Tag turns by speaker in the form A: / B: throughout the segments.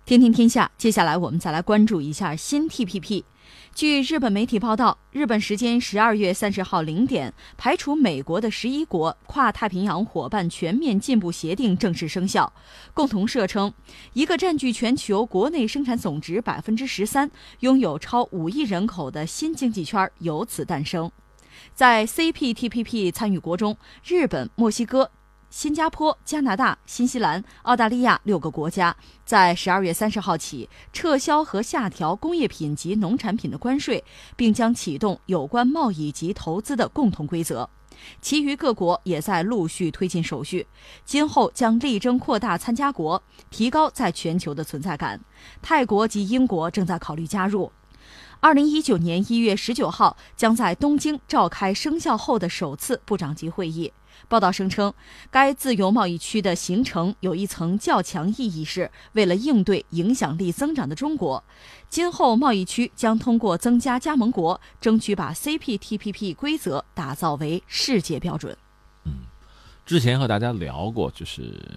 A: 天天天下，接下来我们再来关注一下新 TPP。据日本媒体报道，日本时间12月30号0点，排除美国的11国跨太平洋伙伴全面进步协定正式生效。共同社称，一个占据全球国内生产总值13%、拥有超5亿人口的新经济圈由此诞生。在 CPTPP 参与国中，日本、墨西哥、新加坡、加拿大、新西兰、澳大利亚6个国家在12月30号起撤销和下调工业品及农产品的关税，并将启动有关贸易及投资的共同规则。其余各国也在陆续推进手续，今后将力争扩大参加国，提高在全球的存在感。泰国及英国正在考虑加入。2019年1月19号将在东京召开生效后的首次部长级会议。报道声称，该自由贸易区的形成有一层较强意义是为了应对影响力增长的中国。今后贸易区将通过增加加盟国，争取把 CPTPP 规则打造为世界标准。
B: 之前和大家聊过，就是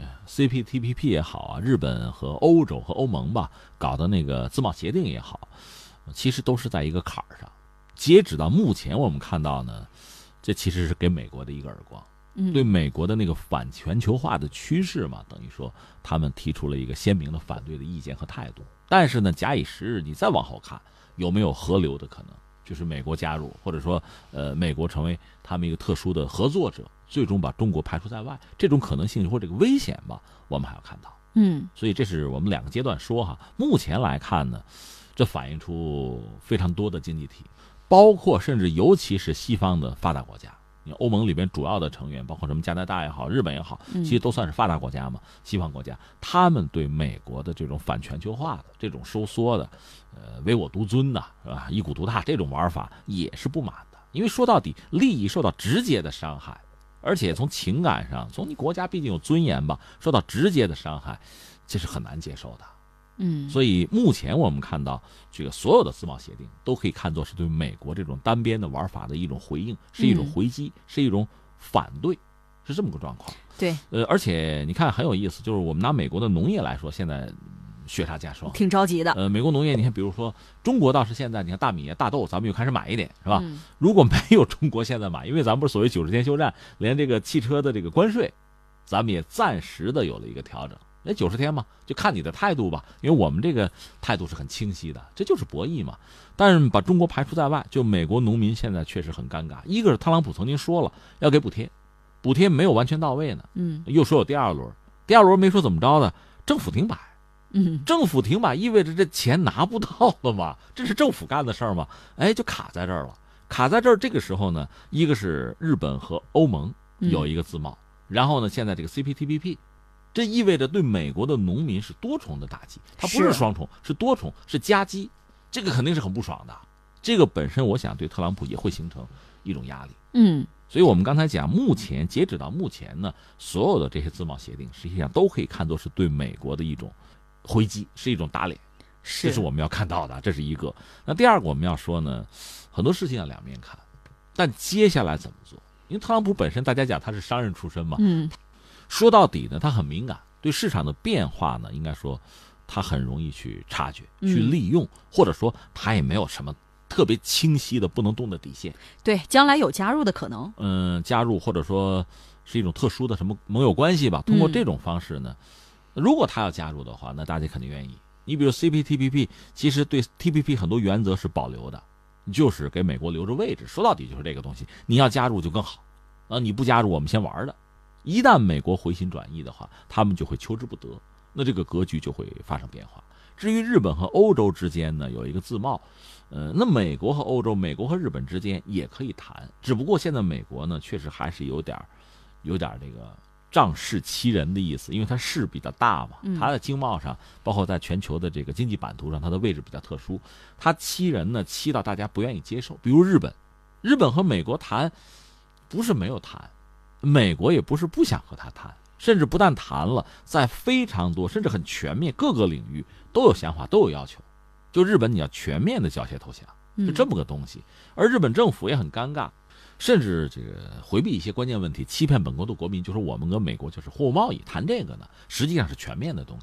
B: CPTPP 也好啊，日本和欧洲和欧盟吧搞的那个自贸协定也好，其实都是在一个坎儿上。截止到目前我们看到呢，这其实是给美国的一个耳光。对美国的那个反全球化的趋势嘛，等于说他们提出了一个鲜明的反对的意见和态度。但是呢，假以时日，你再往后看，有没有合流的可能？就是美国加入，或者说美国成为他们一个特殊的合作者，最终把中国排除在外，这种可能性或者这个危险吧，我们还要看到。所以这是我们2个阶段说哈。目前来看呢，这反映出非常多的经济体，包括甚至尤其是西方的发达国家。你欧盟里边主要的成员，包括什么加拿大也好，日本也好，其实都算是发达国家嘛，西方国家，他们对美国的这种反全球化的这种收缩的，唯我独尊呐，是吧？一股独大这种玩法也是不满的，因为说到底，利益受到直接的伤害，而且从情感上，从你国家毕竟有尊严吧，受到直接的伤害，这是很难接受的。所以目前我们看到这个所有的自贸协定都可以看作是对美国这种单边的玩法的一种回应，是一种回击，是一种反对，是这么个状况。
A: 对，
B: 而且你看很有意思，就是我们拿美国的农业来说，现在雪上加霜，
A: 挺着急的。
B: 美国农业，你看，比如说中国倒是现在，你看大米、大豆，咱们又开始买一点，是吧？如果没有中国现在买，因为咱们不是所谓90天休战，连这个汽车的这个关税，咱们也暂时的有了一个调整。90天嘛，就看你的态度吧，因为我们这个态度是很清晰的，这就是博弈嘛。但是把中国排除在外，就美国农民现在确实很尴尬。一个是特朗普曾经说了要给补贴，补贴没有完全到位呢，又说有第二轮，第二轮没说怎么着的，政府停摆，政府停摆意味着这钱拿不到了嘛，这是政府干的事儿嘛，就卡在这儿了。卡在这儿，这个时候呢，一个是日本和欧盟有一个自贸，然后呢，现在这个 CPTPP。这意味着对美国的农民是多重的打击，它不是双重，是多重，是夹击，这个肯定是很不爽的。这个本身，我想对特朗普也会形成一种压力。所以我们刚才讲，目前截止到目前呢，所有的这些自贸协定，实际上都可以看作是对美国的一种回击，是一种打脸，这是我们要看到的，这是一个。那第二个我们要说呢，很多事情要两面看，但接下来怎么做？因为特朗普本身，大家讲他是商人出身嘛，说到底呢，他很敏感，对市场的变化呢，应该说他很容易去察觉、去利用，或者说他也没有什么特别清晰的不能动的底线。
A: 对，将来有加入的可能。
B: 加入或者说是一种特殊的什么盟友关系吧。通过这种方式呢，如果他要加入的话，那大家肯定愿意。你比如 CPTPP， 其实对 TPP 很多原则是保留的，就是给美国留着位置。说到底就是这个东西，你要加入就更好，你不加入我们先玩的。一旦美国回心转意的话，他们就会求之不得，那这个格局就会发生变化。至于日本和欧洲之间呢，有一个自贸，那美国和欧洲、美国和日本之间也可以谈，只不过现在美国呢，确实还是有点这个仗势欺人的意思，因为它势比较大嘛，它在经贸上，包括在全球的这个经济版图上，它的位置比较特殊，它欺人呢，欺到大家不愿意接受。比如日本和美国谈，不是没有谈。美国也不是不想和他谈，甚至不但谈了，在非常多甚至很全面各个领域都有想法，都有要求。就日本你要全面的缴械投降，是这么个东西。而日本政府也很尴尬，甚至这个回避一些关键问题，欺骗本国的国民，就说我们跟美国就是货物贸易谈这个呢，实际上是全面的东西。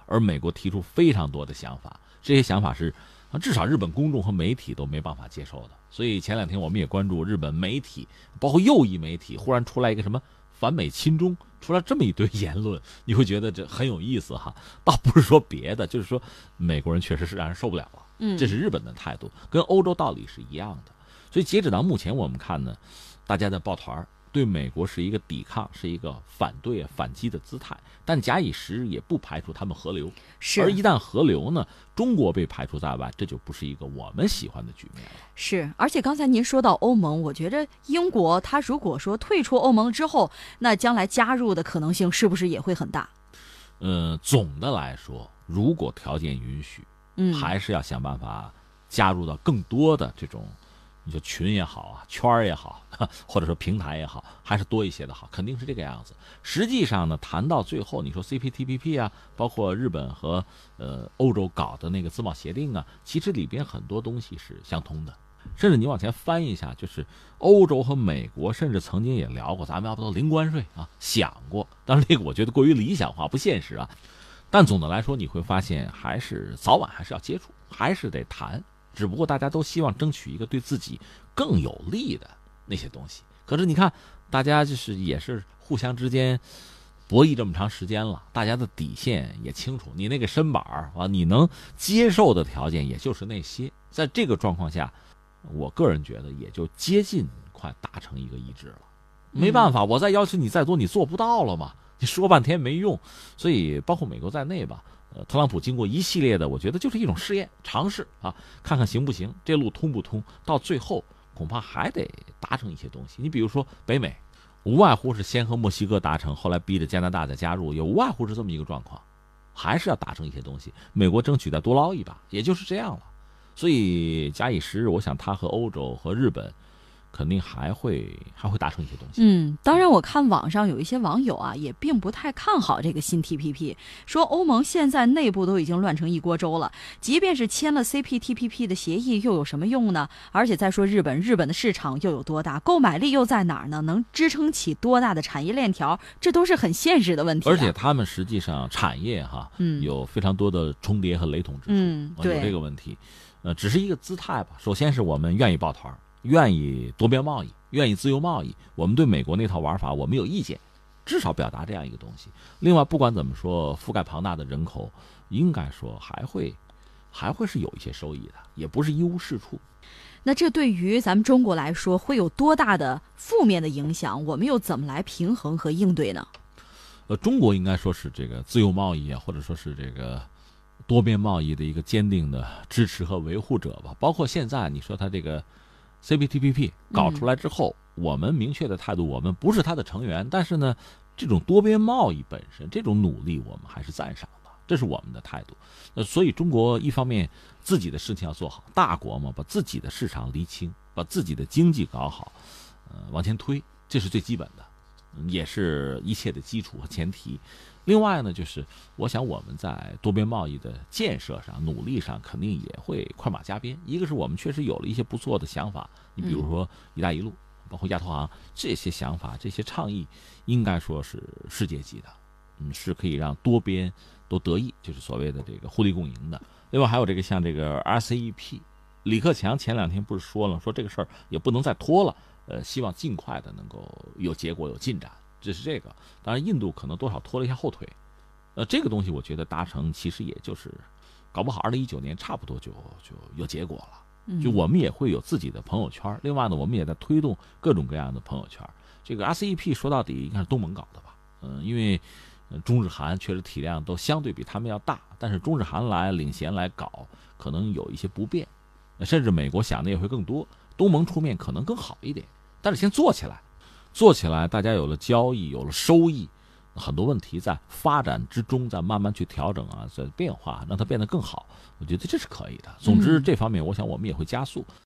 B: 而美国提出非常多的想法，这些想法是至少日本公众和媒体都没办法接受的。所以前2天我们也关注日本媒体，包括右翼媒体，忽然出来一个什么反美亲中，出来这么一堆言论，你会觉得这很有意思哈。倒不是说别的，就是说美国人确实是让人受不了了，这是日本的态度，跟欧洲道理是一样的。所以截止到目前我们看呢，大家在抱团对美国是一个抵抗，是一个反对反击的姿态，但假以时日也不排除他们合流。而一旦合流呢，中国被排除在外，这就不是一个我们喜欢的局面了。
A: 是，而且刚才您说到欧盟，我觉得英国它如果说退出欧盟之后，那将来加入的可能性是不是也会很大？
B: 总的来说，如果条件允许，还是要想办法加入到更多的这种，你说群也好啊，圈也好，或者说平台也好，还是多一些的好，肯定是这个样子。实际上呢，谈到最后，你说 CPTPP 啊，包括日本和欧洲搞的那个自贸协定啊，其实里边很多东西是相通的。甚至你往前翻一下，就是欧洲和美国甚至曾经也聊过，咱们要不都零关税啊，想过。当然这个我觉得过于理想化，不现实啊。但总的来说，你会发现还是早晚还是要接触，还是得谈。只不过大家都希望争取一个对自己更有利的那些东西。可是你看，大家就是也是互相之间博弈这么长时间了，大家的底线也清楚，你那个身板啊，你能接受的条件也就是那些。在这个状况下，我个人觉得也就接近快达成一个一致了。没办法，我再要求你再多，你做不到了嘛，你说半天没用。所以包括美国在内吧，特朗普经过一系列的，我觉得就是一种试验尝试啊，看看行不行，这路通不通，到最后恐怕还得达成一些东西。你比如说北美，无外乎是先和墨西哥达成，后来逼着加拿大再加入，也无外乎是这么一个状况，还是要达成一些东西。美国争取再多捞一把，也就是这样了。所以假以时日，我想他和欧洲和日本肯定还会达成一些东西。
A: 当然我看网上有一些网友啊，也并不太看好这个新 TPP， 说欧盟现在内部都已经乱成一锅粥了，即便是签了 CPTPP 的协议又有什么用呢？而且再说日本的市场又有多大，购买力又在哪儿呢？能支撑起多大的产业链条？这都是很现实的问题。
B: 而且他们实际上产业有非常多的重叠和雷同之处，有这个问题。只是一个姿态吧。首先是我们愿意抱团，愿意多边贸易，愿意自由贸易，我们对美国那套玩法我们有意见，至少表达这样一个东西。另外不管怎么说，覆盖庞大的人口，应该说还会是有一些收益的，也不是一无是处。
A: 那这对于咱们中国来说会有多大的负面的影响？我们又怎么来平衡和应对呢？
B: 中国应该说是这个自由贸易啊，或者说是这个多边贸易的一个坚定的支持和维护者吧。包括现在你说他这个 CPTPP 搞出来之后，我们明确的态度，我们不是他的成员，但是呢，这种多边贸易本身这种努力我们还是赞赏的，这是我们的态度。所以中国一方面自己的事情要做好，大国嘛，把自己的市场厘清，把自己的经济搞好，往前推，这是最基本的，也是一切的基础和前提。另外呢，就是我想我们在多边贸易的建设上、努力上，肯定也会快马加鞭。一个是我们确实有了一些不错的想法，你比如说“一带一路”，包括亚投行这些想法、这些倡议，应该说是世界级的，是可以让多边都得益，就是所谓的这个互利共赢的。另外还有这个像这个 RCEP， 李克强前2天不是说了，说这个事儿也不能再拖了，希望尽快的能够有结果、有进展。这是这个，当然印度可能多少拖了一下后腿，这个东西我觉得达成其实也就是搞不好2019年差不多就有结果了。就我们也会有自己的朋友圈，另外呢，我们也在推动各种各样的朋友圈。这个 RCEP 说到底应该是东盟搞的吧？因为中日韩确实体量都相对比他们要大，但是中日韩来领衔来搞，可能有一些不便，甚至美国想的也会更多，东盟出面可能更好一点。但是先做起来，大家有了交易，有了收益，很多问题在发展之中，在慢慢去调整啊，在变化，让它变得更好。我觉得这是可以的。总之，这方面我想我们也会加速。